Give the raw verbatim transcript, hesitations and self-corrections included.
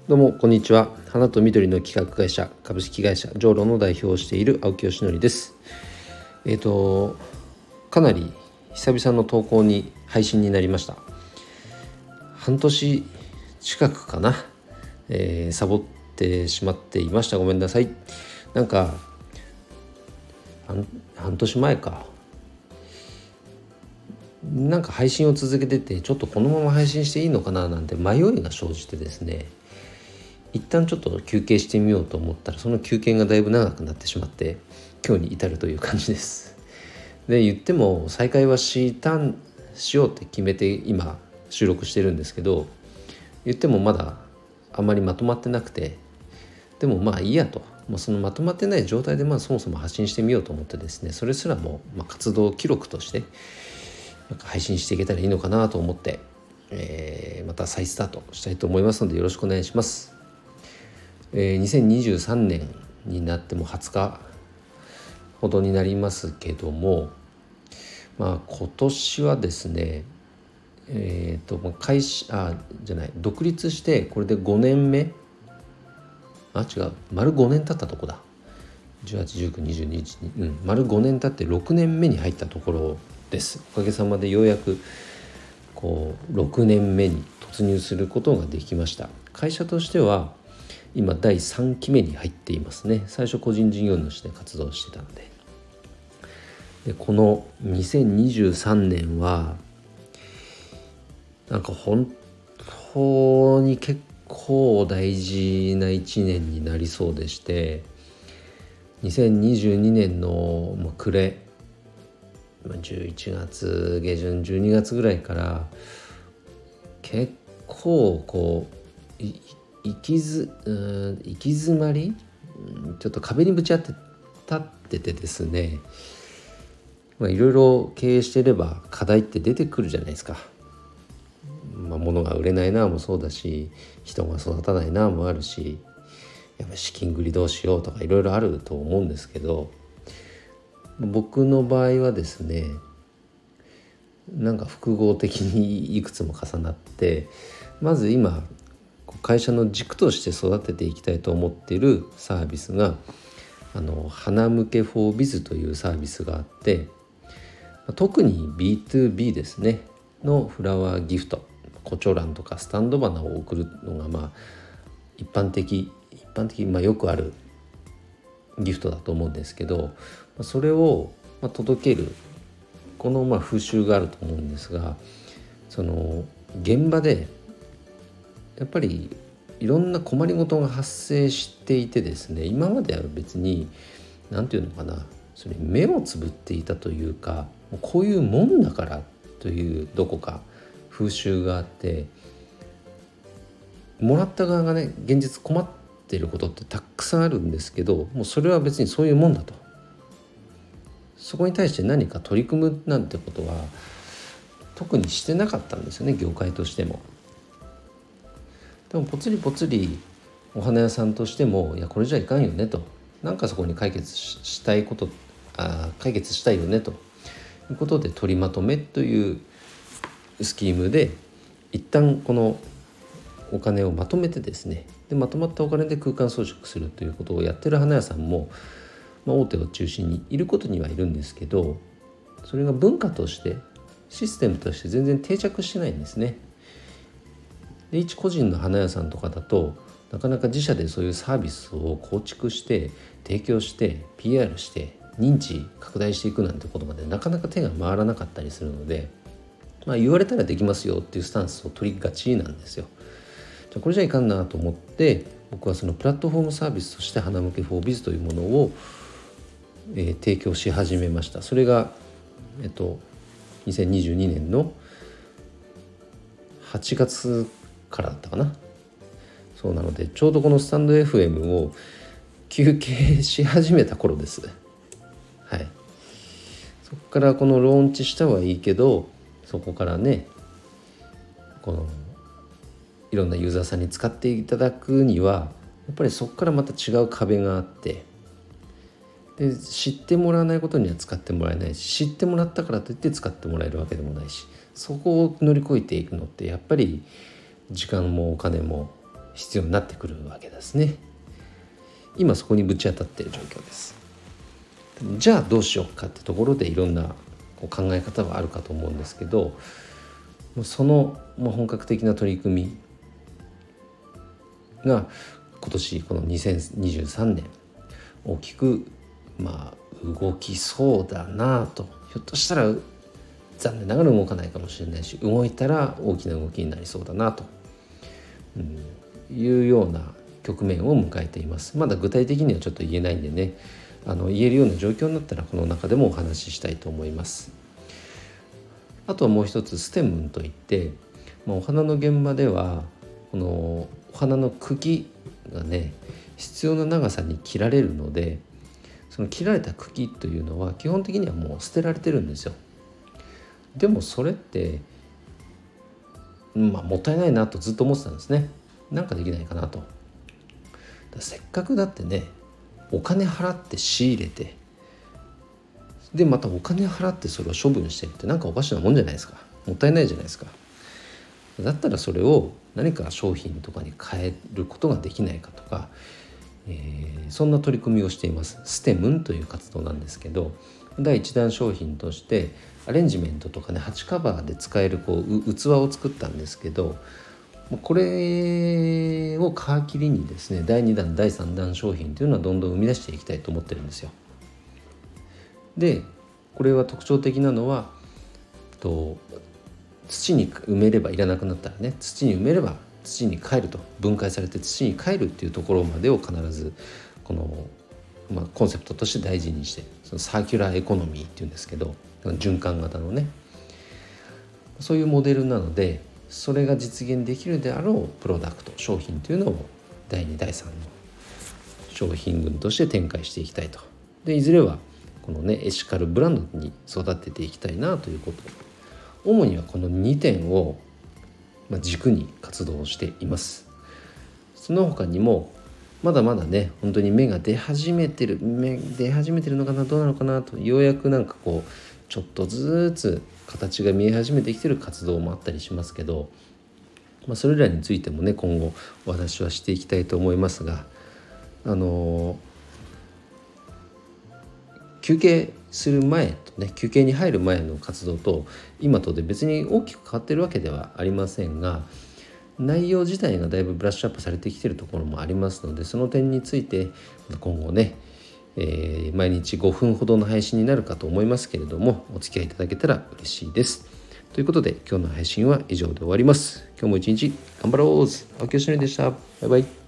どうもこんにちは。花と緑の企画会社株式会社ジョーロの代表をしている青木よしのりです。えっ、とかなり久々の投稿に配信になりました。半年近くかな、えー、サボってしまっていました。ごめんなさい。なんか半, 半年前かなんか配信を続けてて、ちょっとこのまま配信していいのかななんて迷いが生じてですね、一旦ちょっと休憩してみようと思ったら、その休憩がだいぶ長くなってしまって今日に至るという感じです。で言っても再開はしたんしようって決めて今収録してるんですけど、言ってもまだあまりまとまってなくて、でもまあいいやと、もうそのまとまってない状態でまあそもそも発信してみようと思ってですね、それすらもまあ活動記録としてなんか配信していけたらいいのかなと思って、えー、また再スタートしたいと思いますのでよろしくお願いします。えー、にせんにじゅうさんねんになってもはつかほどになりますけども、まあ今年はですね、えー、と会社あじゃない独立してこれでごねんめ、あ違う丸ごねん経ったとこだ。じゅうはち、じゅうきゅう、にじゅうに、うん、丸ごねん経ってろくねんめに入ったところです。おかげさまでようやくこうろくねんめに突入することができました。会社としては今だいさんきめに入っていますね。最初個人事業主で活動してたので。でこのにせんにじゅうさんねんはなんか本当に結構大事ないちねんになりそうでして、にせんにじゅうにねんの暮れじゅういちがつ下旬じゅうにがつぐらいから結構こうい行きずうん行き詰まりちょっと壁にぶち当て立っててですね、まあ、いろいろ経営していれば課題って出てくるじゃないですか。まあ、物が売れないなもそうだし、人が育たないなもあるし、やっぱ資金繰りどうしようとかいろいろあると思うんですけど、僕の場合はですね、なんか複合的にいくつも重なって、まず今会社の軸として育てていきたいと思っているサービスがあの花向け フォービズ というサービスがあって、特に ビーツービー ですねのフラワーギフト、コチョランとかスタンド花を送るのがまあ一般的一般的、まあ、よくあるギフトだと思うんですけど、それを届けるこのまあ風習があると思うんですが、その現場でやっぱりいろんな困りごとが発生していてですね、今までは別に何て言うのかな、それ目をつぶっていたというか、こういうもんだからというどこか風習があって、もらった側がね現実困っていることってたくさんあるんですけど、もうそれは別にそういうもんだと、そこに対して何か取り組むなんてことは特にしてなかったんですよね、業界としても。でもぽつりぽつりお花屋さんとしても、いやこれじゃいかんよねと、なんかそこに解決したいことあ解決したいよねということで取りまとめというスキームで一旦このお金をまとめてですね、でまとまったお金で空間装飾するということをやってる花屋さんも、まあ、大手を中心にいることにはいるんですけど、それが文化としてシステムとして全然定着してないんですね。で一個人の花屋さんとかだとなかなか自社でそういうサービスを構築して提供して ピーアール して認知拡大していくなんてことまでなかなか手が回らなかったりするので、まあ、言われたらできますよっていうスタンスを取りがちなんですよ。じゃこれじゃいかんなと思って、僕はそのプラットフォームサービスとして花向け フォービズ というものを、えー、提供し始めました。それが、えっと、にせんにじゅうにねんのはちがつからだったかな。そうなのでちょうどこのスタンド エフエム を休憩し始めた頃です。はい。そこからこのローンチしたはいいけど、そこからねこのいろんなユーザーさんに使っていただくにはやっぱりそこからまた違う壁があって、で知ってもらわないことには使ってもらえないし、知ってもらったからといって使ってもらえるわけでもないし、そこを乗り越えていくのってやっぱり時間もお金も必要になってくるわけですね。今そこにぶち当たっている状況です。じゃあどうしようかってところでいろんなこう考え方はあるかと思うんですけど、その本格的な取り組みが今年このにせんにじゅうさんねん大きくまあ動きそうだなと。ひょっとしたら残念ながら動かないかもしれないし、動いたら大きな動きになりそうだなと、うん、いうような局面を迎えています。まだ具体的にはちょっと言えないんでね、あの言えるような状況になったらこの中でもお話ししたいと思います。あとはもう一つステムといって、まあ、お花の現場ではこのお花の茎がね必要な長さに切られるので、その切られた茎というのは基本的にはもう捨てられてるんですよ。でもそれって、まあ、もったいないなとずっと思ってたんですね。なんかできないかなと。せっかくだってねお金払って仕入れて、でまたお金払ってそれを処分してるってなんかおかしなもんじゃないですか。もったいないじゃないですか。だったらそれを何か商品とかに変えることができないかとか、えー、そんな取り組みをしています。ステムンという活動なんですけど、第一弾商品としてアレンジメントとかね鉢カバーで使えるこう器を作ったんですけど、これを皮切りにですねだいにだんだいさんだん商品というのはどんどん生み出していきたいと思ってるんですよ。でこれは特徴的なのはと土に埋めればいらなくなったらね土に埋めれば土に帰ると、分解されて土に帰るっていうところまでを必ずこの、まあ、コンセプトとして大事にして、そのサーキュラーエコノミーっていうんですけど、循環型のねそういうモデルなので、それが実現できるであろうプロダクト商品というのをだいにだいさんの商品群として展開していきたいと。でいずれはこのねエシカルブランドに育てていきたいなということ、主にはこのにてんを軸に活動しています。その他にもまだまだね本当に芽が出始めてる芽出始めてるのかな、どうなのかなと、ようやくなんかこうちょっとずつ形が見え始めてきてる活動もあったりしますけど、まあ、それらについてもね今後お話はしていきたいと思いますが、あのー休憩する前とね休憩に入る前の活動と今とで別に大きく変わってるわけではありませんが、内容自体がだいぶブラッシュアップされてきているところもありますので、その点について今後ね、えー、毎日ごふんほどの配信になるかと思いますけれども、お付き合いいただけたら嬉しいです。ということで今日の配信は以上で終わります。今日も一日頑張ろう。青木よしのりでした。バイバイ。